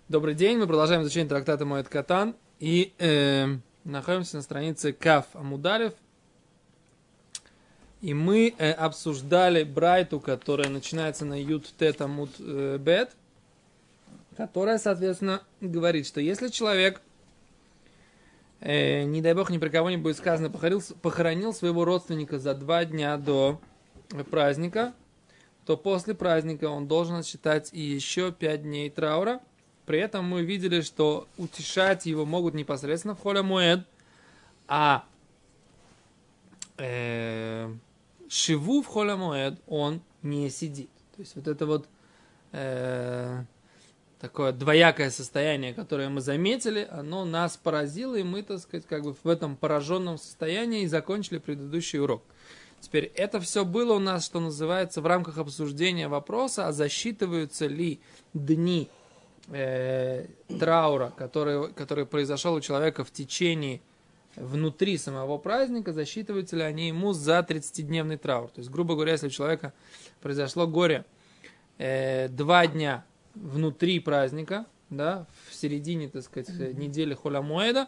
Добрый день, мы продолжаем изучение трактата Моэд Катан и находимся на странице Каф Амудалев. И мы обсуждали брайту, которая начинается на Ют Тет Амуд Бет, которая, соответственно, говорит, что если человек, не дай бог, ни при кого не будет сказано, похоронил своего родственника за 2 дня до праздника, то после праздника он должен считать и еще 5 дней траура. При этом мы видели, что утешать его могут непосредственно в Холь ха-Моэд, а шиву в Холь ха-Моэд он не сидит. То есть вот это вот такое двоякое состояние, которое мы заметили, оно нас поразило, и мы, так сказать, как бы в этом пораженном состоянии и закончили предыдущий урок. Теперь это все было у нас, что называется, в рамках обсуждения вопроса, а засчитываются ли дни траура, который произошел у человека в течение, внутри самого праздника, засчитываются ли они ему за 30-дневный траур. То есть, грубо говоря, если у человека произошло горе 2 дня внутри праздника, да, в середине, так сказать, недели Холь ха-Моэда,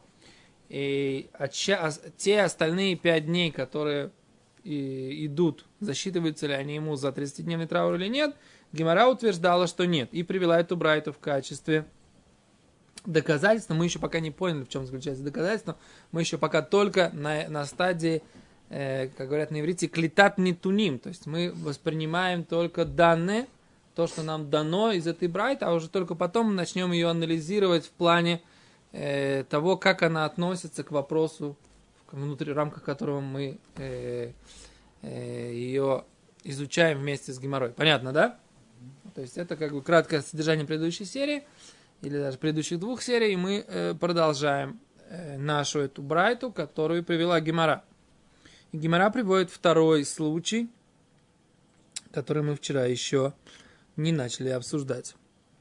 те остальные 5 дней, которые идут, засчитываются ли они ему за 30-дневный траур или нет, Гемара утверждала, что нет, и привела эту брайту в качестве доказательства. Мы еще пока не поняли, в чем заключается доказательство. Мы еще пока только на стадии, как говорят на иврите, клитат нетуним. То есть мы воспринимаем только данные, то, что нам дано из этой брайты, а уже только потом мы начнем ее анализировать в плане того, как она относится к вопросу, в рамках которого мы ее изучаем вместе с Гемарой. Понятно, да? То есть это как бы краткое содержание предыдущей серии, или даже предыдущих 2 серий, и мы продолжаем нашу эту брайту, которую привела Гемара. И Гемара приводит второй случай, который мы вчера еще не начали обсуждать.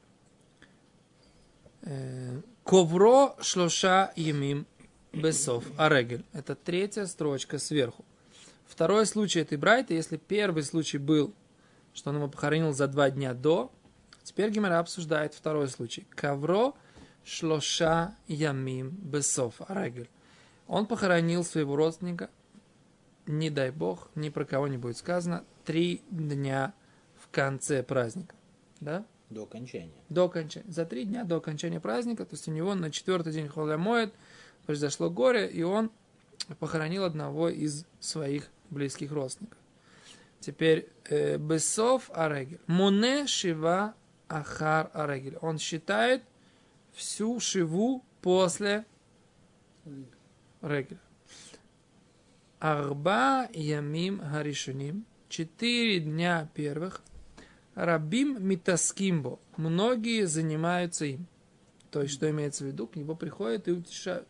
Ковро шлоша ямим бесов арегель. Это 3-я строчка сверху. Второй случай этой брайты, если первый случай был, что он его похоронил за 2 дня до, теперь Гемара обсуждает второй случай. Кавро шлоша ямим бесов арегель. Он похоронил своего родственника, не дай бог, ни про кого не будет сказано, 3 дня в конце праздника. Да? До окончания. До окончания. За 3 дня до окончания праздника, то есть у него на 4-й день Холь ха-Моэд произошло горе, и он похоронил одного из своих близких родственников. Теперь бесов арегель. Моне шива ахар арегель. Он считает всю шиву после регеля. Арба ямим харишуним. 4 дня первых. Рабим митаскимбо. Многие занимаются им. То есть, что имеется в виду? К нему приходят и утешают.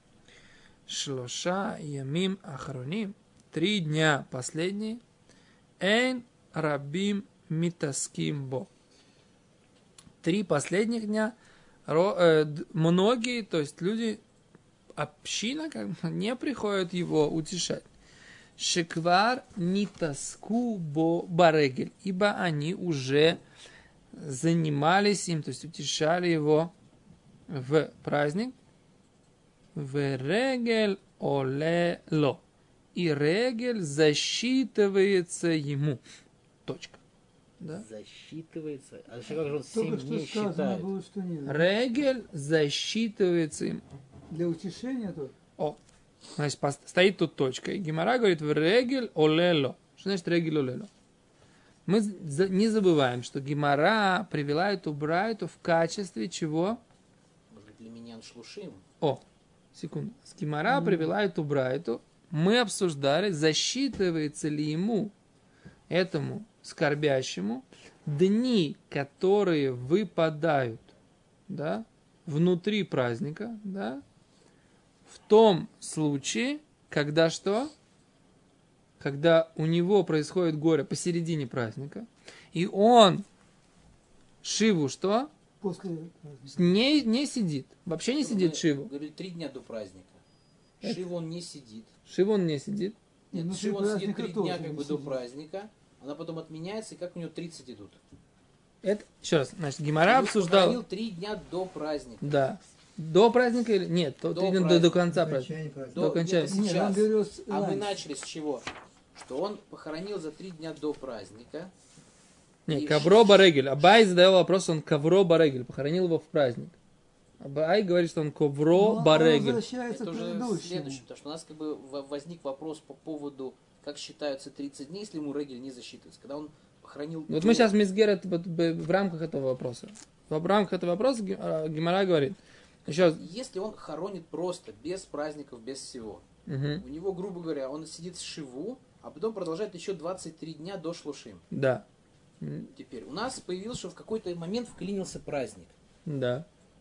Шлоша ямим ахроним. 3 дня последние. Эйн рабим митаскимбо. 3 последних дня многие, то есть люди, община, как бы, не приходят его утешать. Шеквар нитаску бо барегель, ибо они уже занимались им, то есть утешали его в праздник. Верегель олело. И регель засчитывается ему. Точка. Да? Засчитывается. А как же он 7 дней считает? Было, что нет. Регель засчитывается им. Для утешения тут. О, значит, стоит тут точка. И Гемара говорит, в регель олело. Что значит регель олело? Мы не забываем, что Гемара привела эту брайту в качестве чего? Может быть, для меня шлушим? О, секунду. Гемара привела эту брайту. Мы обсуждали, засчитывается ли ему, этому скорбящему, дни, которые выпадают, да, внутри праздника, да, в том случае, когда что? Когда у него происходит горе посередине праздника, и он шиву что? После Не сидит, вообще не сидит шиву. Говорит, 3 дня до праздника. Шиву он не сидит. Шиву он не сидит. Нет, Ну, Шиву он сидит 3 праздника дня тоже как не бы до сидит. праздника, она потом отменяется, и как у него 30 идут. Это, еще раз, значит, Гемара Он обсуждал... похоронил 3 дня до праздника. Да. До праздника или... Нет, До 3 дня праздника. до конца праздника. До окончания. Нет, Нет, он берет А мы раньше. начали с чего? Что он похоронил за 3 дня до праздника. Не, И- Кавро Барегель. Абай задавал вопрос, он Кавро Барегель. Похоронил его в праздник. Абай говорит, что он Ковро Но Барегель. он возвращается Это к уже предыдущему. следующее, потому что у нас как бы возник вопрос по поводу, как считаются 30 дней, если ему регель не засчитывается. Когда он похоронил... Вот до- мы сейчас Мизгер в рамках этого вопроса. В рамках этого вопроса Гемара говорит. Еще раз. Если он хоронит просто, без праздников, без всего, Мгм. у него, грубо говоря, он сидит в шиву, а потом продолжает еще 23 дня до шлушим. Да. Теперь у нас появился, что в какой-то момент вклинился праздник. Да.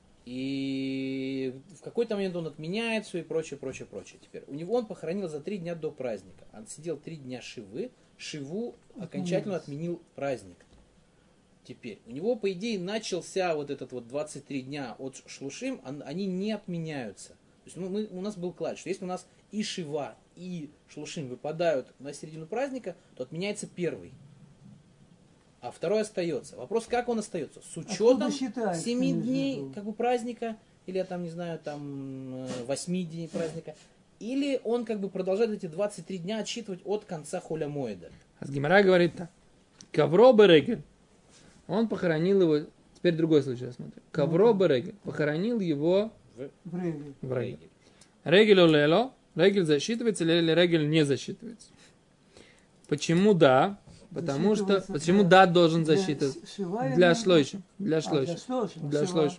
И в какой-то момент он отменяет все и прочее, прочее, прочее. Теперь у него он похоронил за 3 дня до праздника. Он сидел 3 дня шивы, шиву окончательно отменил праздник. Теперь у него, по идее, начался вот этот вот 23 дня от шлушим, они не отменяются. То есть у нас был клад, что если у нас и шива, и шлушим выпадают на середину праздника, то отменяется первый. А второй остается. Вопрос, как он остается? С учетом считается, 7 конечно, дней был? как бы праздника, или там, не знаю, там 8 дней праздника, или он как бы продолжает эти 23 дня отсчитывать от конца холя моэда. А Гемара говорит так. Кавро Барегель. Он похоронил его... Теперь другой случай рассмотрим. Кавро Барегель. Похоронил его В Регель. в Регель. Регель олело. Регель засчитывается или Регель не засчитывается? Почему да? Потому что... Засчитывается Почему для- да должен для засчитываться? шива или Для для- шлойши. Для А, шлойши. шлойши. Для Шива. шлойши.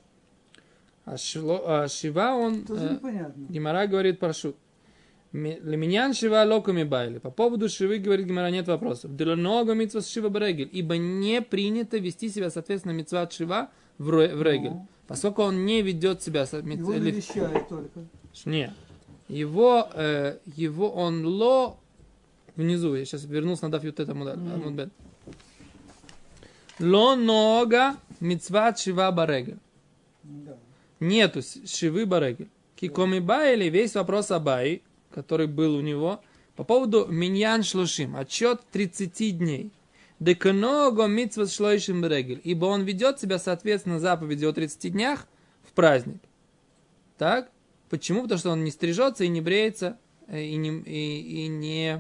А шива он... Тоже непонятно. Гемара говорит паршут. Леминьян шива локами байли. По поводу шивы, говорит Гемара, нет вопросов. Делонога митцва с шива барегель. Ибо не принято вести себя, соответственно, митцва от шива в регель. Поскольку он не ведет себя... Его навещает только. Не. Его он ло... Внизу, я сейчас вернулся на даф ютет амудбет. Ло нога митцва от шива барегель. Да. Нету шивы барегель. Кикоми байли, весь вопрос о баи, который был у него, по поводу миньян шлушим, отчет 30 дней. Деконого митцва шлойшим барегель, ибо он ведет себя, соответственно, заповеди о 30 днях в праздник. Так? Почему? Потому что он не стрижется и не бреется, и не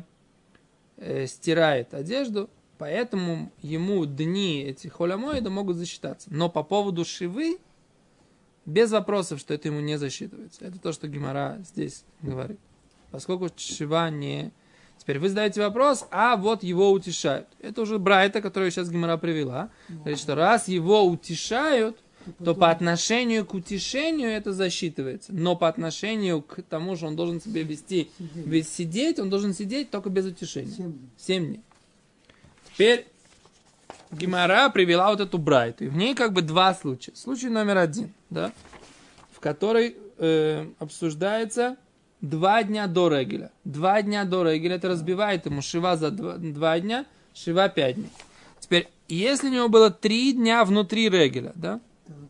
стирает одежду, поэтому ему дни эти холямоида могут засчитаться. Но по поводу шивы, без вопросов, что это ему не засчитывается. Это то, что Гемара здесь говорит. Поскольку шива не... Теперь вы задаете вопрос, а вот его утешают. Это уже Брайта, которую сейчас Гемара привела. Говорит, что раз его утешают, то по отношению к утешению это засчитывается. Но по отношению к тому, что он должен себя вести, ведь сидеть, он должен сидеть только без утешения. 7 дней. Теперь Гемара привела вот эту Брайту. И в ней как бы два случая. Случай номер 1, да, в которой обсуждается 2 дня до регеля. 2 дня до регеля, это разбивает ему шива за 2 дня, шива 5 дней. Теперь, если у него было 3 дня внутри регеля, да,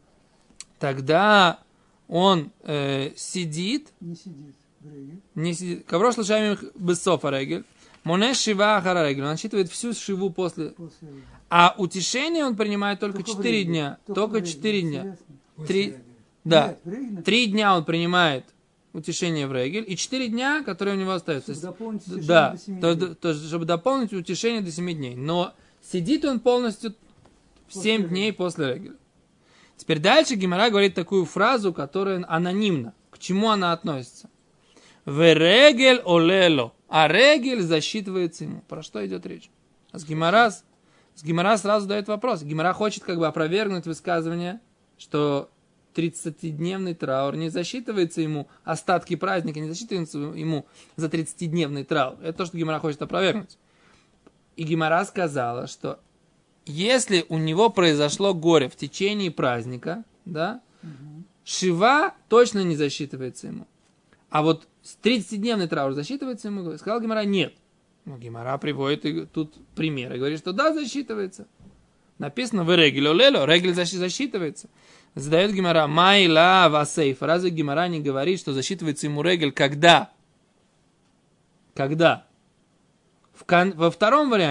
тогда он сидит, Не сидит в Регель. не сидит, ковро шлашами бессофа регель, моне шива ахара регель, он отсчитывает всю шиву после, После Регеля. а утешение он принимает только в 4 Регель. дня, в только Регель. 4 дня. Интересно. 3, да, Нет, в Регеле, 3 дня он принимает утешение в регель, и 4 дня, которые у него остаются. чтобы дополнить утешение Да, до 7 то, дней. чтобы дополнить утешение до 7 дней. Но сидит он полностью в 7 После дней после регеля. Теперь дальше Гемара говорит такую фразу, которая анонимна. К чему она относится? В регель олело. А регель засчитывается ему. Про что идет речь? А с Гемара сразу дает вопрос. Гемара хочет как бы опровергнуть высказывание, что 30-дневный траур не засчитывается ему, остатки праздника не засчитываются ему за 30-дневный траур. Это то, что Гемара хочет опровергнуть. И Гемара сказала, что если у него произошло горе в течение праздника, да, шива точно не засчитывается ему. А вот 30-дневный траур засчитывается ему? Сказал Гемара, нет. Но Гемара приводит тут примеры, говорит, что да, засчитывается. Написано в регеле олело, регель засчитывается. Задает Гемара, майла васейф. Разве Гемара не говорит, что засчитывается ему регель когда? Когда? Во втором варианте,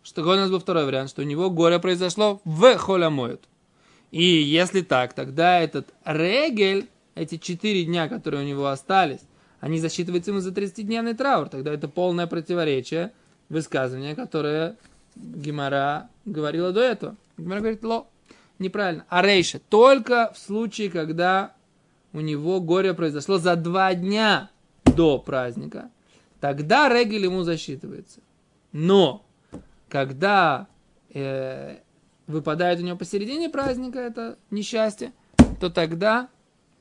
что у нас был второй вариант, что у него горе произошло в холямоид. И если так, тогда этот регель, эти 4 дня, которые у него остались, они засчитываются ему за 30-дневный траур. Тогда это полное противоречие высказывания, которое Гемара говорила до этого. Гемара говорит, неправильно. А рейша, только в случае, когда у него горе произошло за 2 дня до праздника, тогда регель ему засчитывается. Но, когда выпадает у него посередине праздника это несчастье, то тогда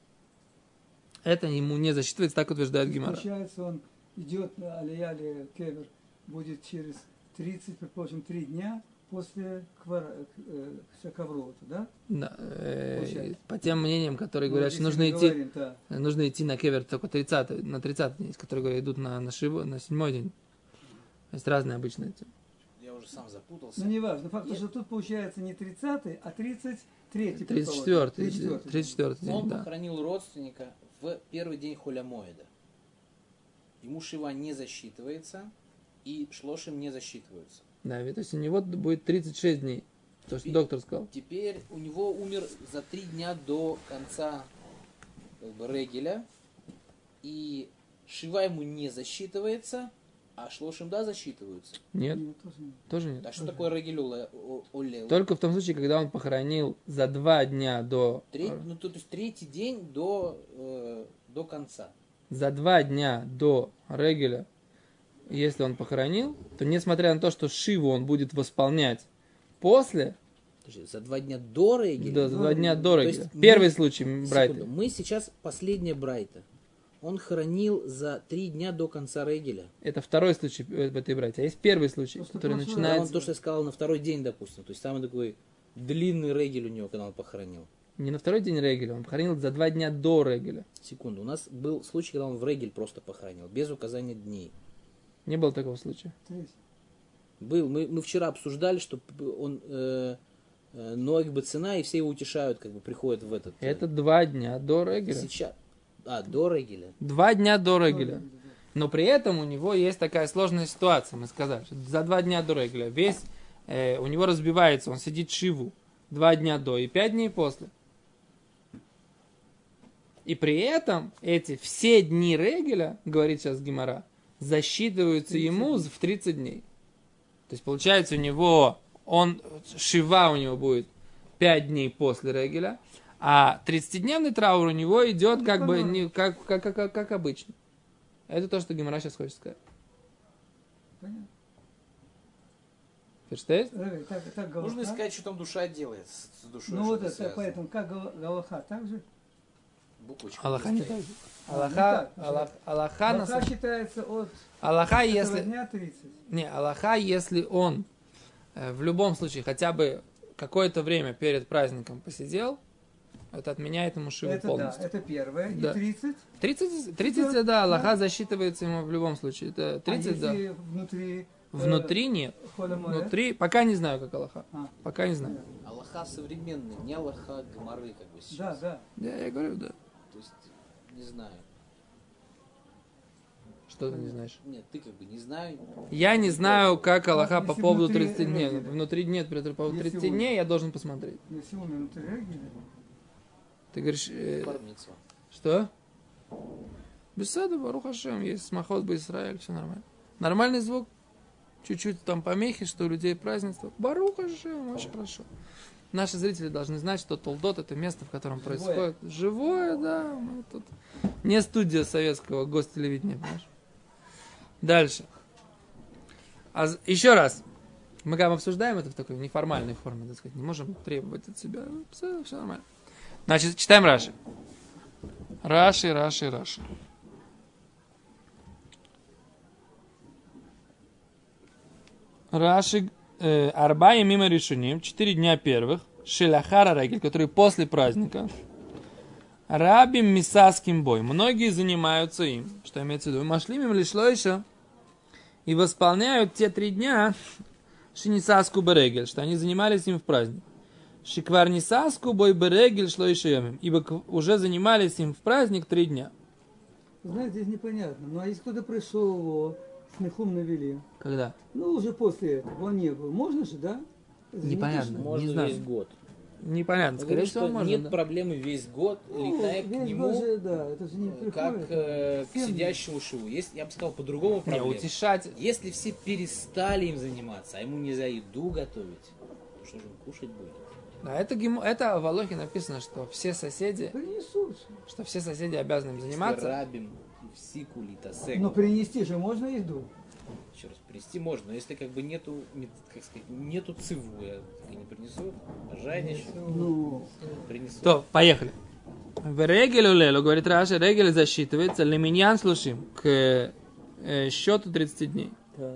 это ему не засчитывается, так утверждает Гемара. Получается, он идет на алия или кевер, будет через 30, предположим, 3 дня после коврота, да? Да, по тем мнениям, которые говорят, что нужно идти на кевер только 30, на 30 день, которые говорят, идут на 7-й день. Есть разные обычные эти. Я уже сам запутался. Ну, не важно. Факт, что тут получается не 30-й, а 33-й. 34-й день, Он да. похоронил родственника в первый день холямоида. Ему шива не засчитывается, и шлошим не засчитываются. Да, то есть у него будет 36 дней, то, что доктор сказал. Теперь у него умер за 3 дня до конца регеля, и шива ему не засчитывается, а шлошим да засчитываются. Нет, Нет, тоже нет. А что такое регель олел? Только в том случае, когда он похоронил за 2 дня до... То есть 3-й день до конца. За 2 дня до регеля, если он похоронил, то несмотря на то, что шиву он будет восполнять после... За 2 дня до регеля? Да, за 2 дня до То регеля. есть Первый случай брайта. Секунду, мы сейчас последняя брайта. Он хоронил за 3 дня до конца регеля. Это второй случай в этой брайте. А есть первый случай, который прошлый начинается... Он то, что я сказал, на 2-й день, допустим. То есть самый такой длинный регель у него, когда он похоронил. Не на 2-й день регеля, он похоронил за 2 дня до регеля. Секунду, у нас был случай, когда он в регель просто похоронил, без указания дней. Не было такого случая. Был. Мы вчера обсуждали, что он Ноах Бацина, и все его утешают, как бы приходят в этот... Это 2 дня до регеля. Сейчас. До регеля. 2 дня до регеля. Но при этом у него есть такая сложная ситуация, мы сказали, что за 2 дня до регеля весь у него разбивается, он сидит шиву 2 дня до и 5 дней после. И при этом эти все дни регеля, говорит сейчас Гемара, засчитываются ему в 30 дней. То есть получается у него, шива у него будет 5 дней после регеля, а 30-дневный траур у него идет как бы как обычно. Это то, что Гемара сейчас хочет сказать. Понятно. Verstehst? Так Нужно искать, что там душа делает с душой. Ну вот это, поэтому, как Галаха, так же? Буквочка. Аллаха не так же. Галаха считается от Аллаха, этого если... дня 30. Не, Аллаха, если он в любом случае хотя бы какое-то время перед праздником посидел, это отменяет ему шиву Это полностью. да, это первое. Да. И 30? 30, да, Аллаха засчитывается ему в любом случае. Это 30, да. если внутри... Внутри нет. Внутри, пока не знаю, как Аллаха. Пока не знаю. Аллаха современный, не Аллаха Гмары, как бы сейчас. Да. Я говорю, да. То есть, не знаю. Что ты не знаешь? Нет, ты как бы не знаю. Я не знаю, как Аллаха по Если поводу внутри 30 дней. регеля. Внутри нет, по поводу Если 30 он- дней я должен посмотреть. Если умер внутри регеля, Ты говоришь, Пармитсва. что? Беседа, Барух Хашем, есть смахот бы Израиль, все нормально. Нормальный звук, чуть-чуть там помехи, что у людей празднество. Барух Хашем, очень хорошо. Наши зрители должны знать, что Толдот это место, в котором происходит. Живое, да. Мы тут не студия советского гостелевидения, понимаешь? Дальше. Еще раз. Мы как обсуждаем это в такой неформальной форме, так сказать. Не можем требовать от себя. Все нормально. Значит, читаем Раши. Раши. Раши Арбай мимо решением, 4 дня первых, Шелахара Регель, которые после праздника, Рабим Мисаским бой. Многие занимаются им, что имеется в виду, Машлимим лишло еще, и восполняют те 3 дня Шинисаску Берегель, что они занимались им в праздник. Шикварнисаску бой Берегель шло еще ямим, ибо уже занимались им в праздник 3 дня. знаете, здесь непонятно. Ну а если кто-то пришел его Нехум навели. Когда? Ну, уже после этого. Он не был. Можно же, да? Это же не Непонятно. точно. Можно Не знаю. весь год. Непонятно. Я Скорее говорю, всего, что можно. нет Да. проблемы весь год летая к весь нему год же, да, это же не как приходит. к Всем- сидящему шиву. Есть, я бы сказал, по-другому Не, проблема. утешать. Если все перестали им заниматься, а ему нельзя еду готовить, то что же он кушать будет? Да, это в Алохе написано, что все соседи, Принесут. обязаны им заниматься. Рабим, сику, литасек. Но принести же можно еду. Еще раз, принести можно, но если как бы нету, как сказать, нету циву, я не принесу, жадничаю, Ну, принесу. То, поехали. В регелю лелу, говорит Раша, регель засчитывается лиминьян слушим к счету 30 дней.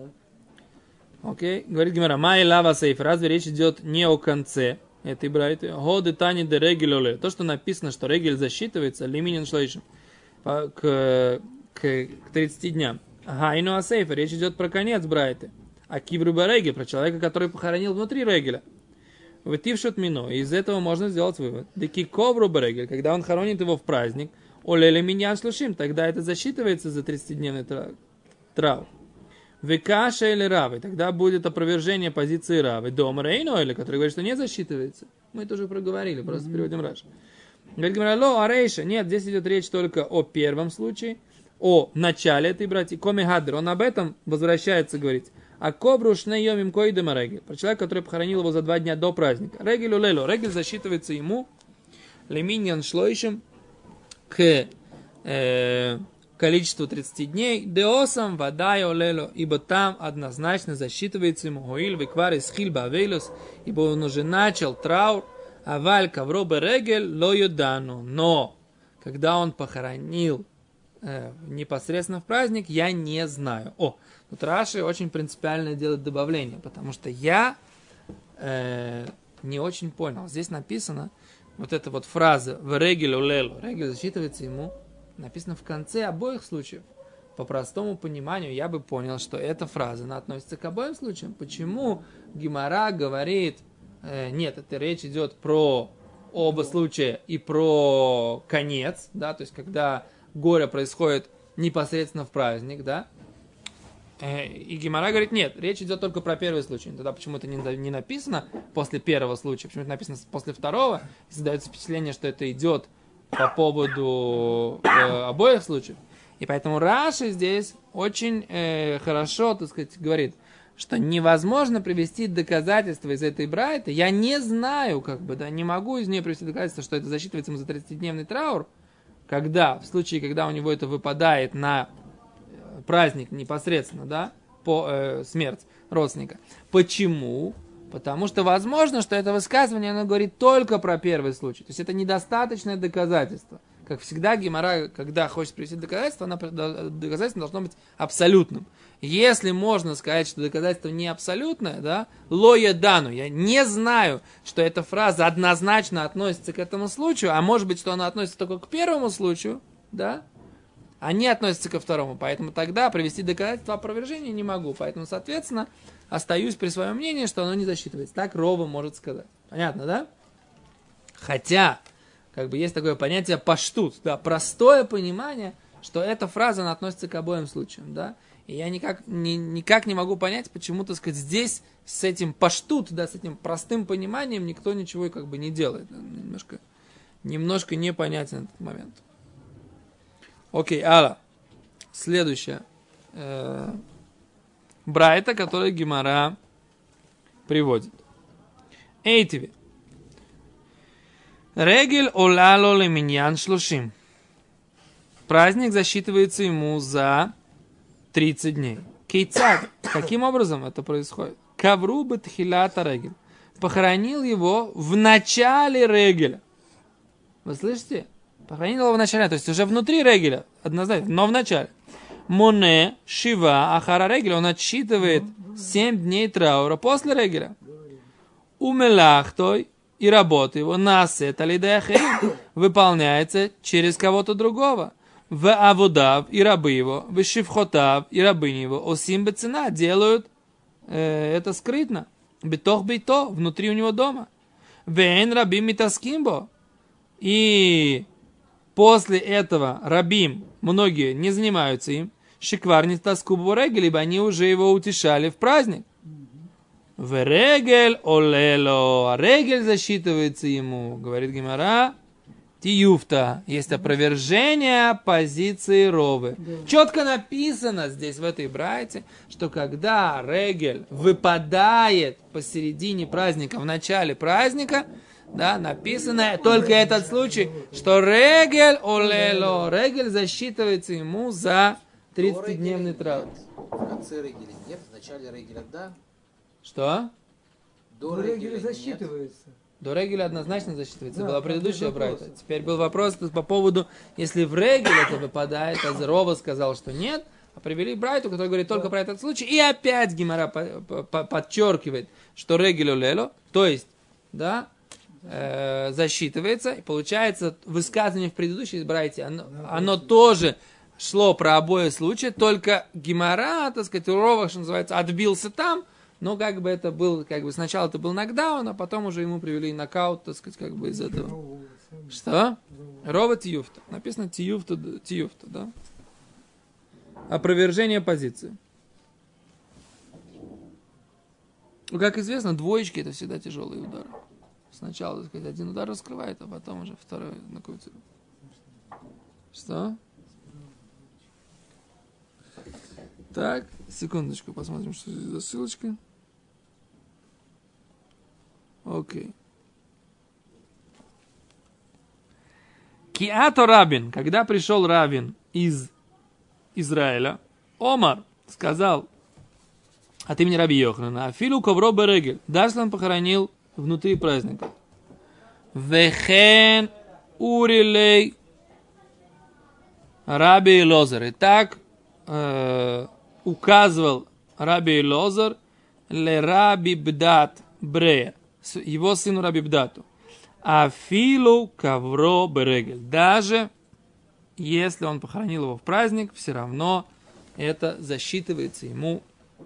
Окей, говорит Гемара, май лава сейф, разве речь идет не о конце этой брайты? Годы тани де регелю ле. То, что написано, что регель засчитывается лиминьян шлейшим к 30 дням. Гайну асейфа, речь идет про конец брайты. А кивру барегель, про человека, который похоронил внутри регеля. Вытившут мину. Из этого можно сделать вывод. Деки ковру барегель, когда он хоронит его в праздник, олеле миньян слушим, тогда это засчитывается за 30-дневный траур. Векаша или равы, тогда будет опровержение позиции равы. Дом рейноэля, который говорит, что не засчитывается. Мы это уже проговорили, просто переводим Раша. Говорит, ло арейша, нет, здесь идет речь только о первом случае, о начале этой братьи, коми гадр, он об этом возвращается говорить. А кобру шнейомим коидема регель, про человека, который похоронил его за 2 дня до праздника. Регель улело, регель засчитывается ему леминьян шлойшим к количеству 30 дней, деосам водай олело, ибо там однозначно засчитывается ему гоиль веквар из хильба авейлос, ибо он уже начал траур, аваль кавробе регель ло юдану, но когда он похоронил непосредственно в праздник, я не знаю. Тут Раши очень принципиально делает добавление, потому что я не очень понял. Здесь написано, вот эта вот фраза в регель улело, регель засчитывается ему, написано в конце обоих случаев. По простому пониманию я бы понял, что эта фраза, она относится к обоим случаям. Почему Гемара говорит, нет, это речь идет про оба случая и про конец, да, то есть когда горе происходит непосредственно в праздник, да, и Гемара говорит, нет, речь идет только про первый случай. Тогда почему это не написано после первого случая, почему это написано после второго, и создается впечатление, что это идет по поводу обоих случаев. И поэтому Раши здесь очень хорошо, так сказать, говорит, что невозможно привести доказательства из этой брайты. Я не знаю, не могу из нее привести доказательства, что это засчитывается ему за 30-дневный траур, в случае, когда у него это выпадает на праздник непосредственно, да, по смерть родственника. Почему? Потому что возможно, что это высказывание, оно говорит только про первый случай. То есть это недостаточное доказательство. Как всегда, Гемара, когда хочет привести доказательство, доказательство должно быть абсолютным. Если можно сказать, что доказательство не абсолютное, да, лоя дану, я не знаю, что эта фраза однозначно относится к этому случаю, а может быть, что она относится только к первому случаю, да, а не относится ко второму. Поэтому тогда привести доказательство опровержения не могу. Поэтому, соответственно, остаюсь при своем мнении, что оно не засчитывается. Так Рова может сказать. Понятно, да? Хотя, есть такое понятие паштут, да, простое понимание, что эта фраза, она относится к обоим случаям, да. И я никак не могу понять, почему, так сказать, здесь с этим паштут, да, с этим простым пониманием никто ничего не делает. Немножко непонятен этот момент. Окей, Алла. Следующая. Брайта, которую Гемара приводит. Эйтиви. Регель олало леминьян шлушим. Праздник засчитывается ему за 30 дней. Кейцад. Каким образом это происходит? Кавру бетхилата регель. Похоронил его в начале регеля. Вы слышите? Похоронил его в начале, то есть уже внутри регеля, однозначно, но в начале. Моне, шива, ахара регеля, он отсчитывает 7 дней траура после регеля. Умелахтой и работа его, насет алидеахерим, выполняется через кого-то другого. В авудав и рабы его, в шивхотав и рабыни его, осим бецена, делают это скрытно. Бетох бейто, внутри у него дома. Вен рабим митаскимбо. И после этого рабим, многие не занимаются им. Шикварни таскубу регель, ибо они уже его утешали в праздник. В регель олело, а регель засчитывается ему, говорит Гемара, тиюфта. Есть опровержение позиции Ровы. Четко написано здесь в этой брайте, что когда регель выпадает посередине праздника, в начале праздника, да, написано только этот случай, что регель олело, регель засчитывается ему за 30-дневный траур. В конце регеля нет, в начале регеля да. Что? До регеля засчитывается. До регеля однозначно засчитывается. Да, Была предыдущая без вопроса. брайта. Теперь был вопрос по поводу, если в регель это выпадает, а Рова сказал, что нет, а привели брайту, который говорит только про этот случай, и опять Гемара подчеркивает, что регель олело, то есть, да, засчитывается, и получается высказывание в предыдущей брайте, оно тоже шло про обои случаи, только Гемара, так сказать, Рова, что называется, отбился там, но как бы это был, как бы сначала это был нокдаун, а потом уже ему привели нокаут, так сказать, как бы из этого. Что? Рова тиюфта. Написано тиюфта, да? Опровержение позиции. Как известно, двоечки это всегда тяжелые удары. Сначала, так сказать, один удар раскрывает, а потом уже второй накрутит. Что? Так, секундочку, посмотрим, что здесь за ссылочка. Окей. Киато Рабин, когда пришел Рабин из Израиля, Омар сказал от имени Раби Йоханана, Афилу ковро берегель, даже он похоронил внутри праздника. Вехен урилей Раби Элозар. И так указывал Раби Элозар ле Раби Бдат Брея, его сыну Раби Бдату. Афилу ковро берегель. Даже если он похоронил его в праздник, все равно это засчитывается ему.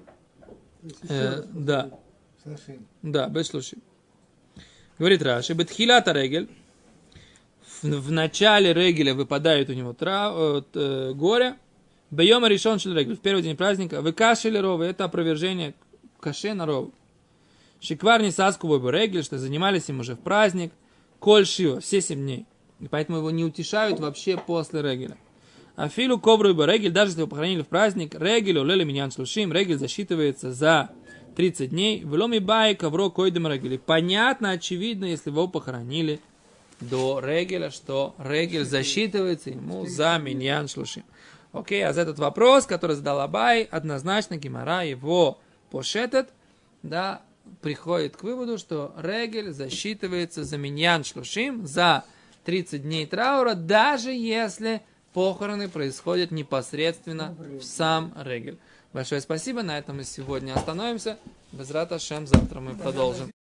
Да. Да, без шлушим. Говорит Раши, бетхилата регель. В начале регеля выпадает у него горе. Бейома решен шель регель. В первый день праздника. Выкашили ровы. Это опровержение каше на рову. Шикварни саску бы регель, что занимались им уже в праздник. Коль шива, все 7 дней. И поэтому его не утешают вообще после регеля. Афилу ковру бы регель, даже если его похоронили в праздник, регель улели миньян шлушим, регель засчитывается за 30 дней. Вломи бай ковро койдем регели. Понятно, очевидно, если его похоронили до регеля, что регель засчитывается ему за миньян шлушим. Окей, а за этот вопрос, который задал Абай, однозначно Гемара его пошетет, да, приходит к выводу, что регель засчитывается за миньян шлушим, за 30 дней траура, даже если похороны происходят непосредственно в сам регель. Большое спасибо, на этом мы сегодня остановимся. Безрат Ашем, завтра мы продолжим.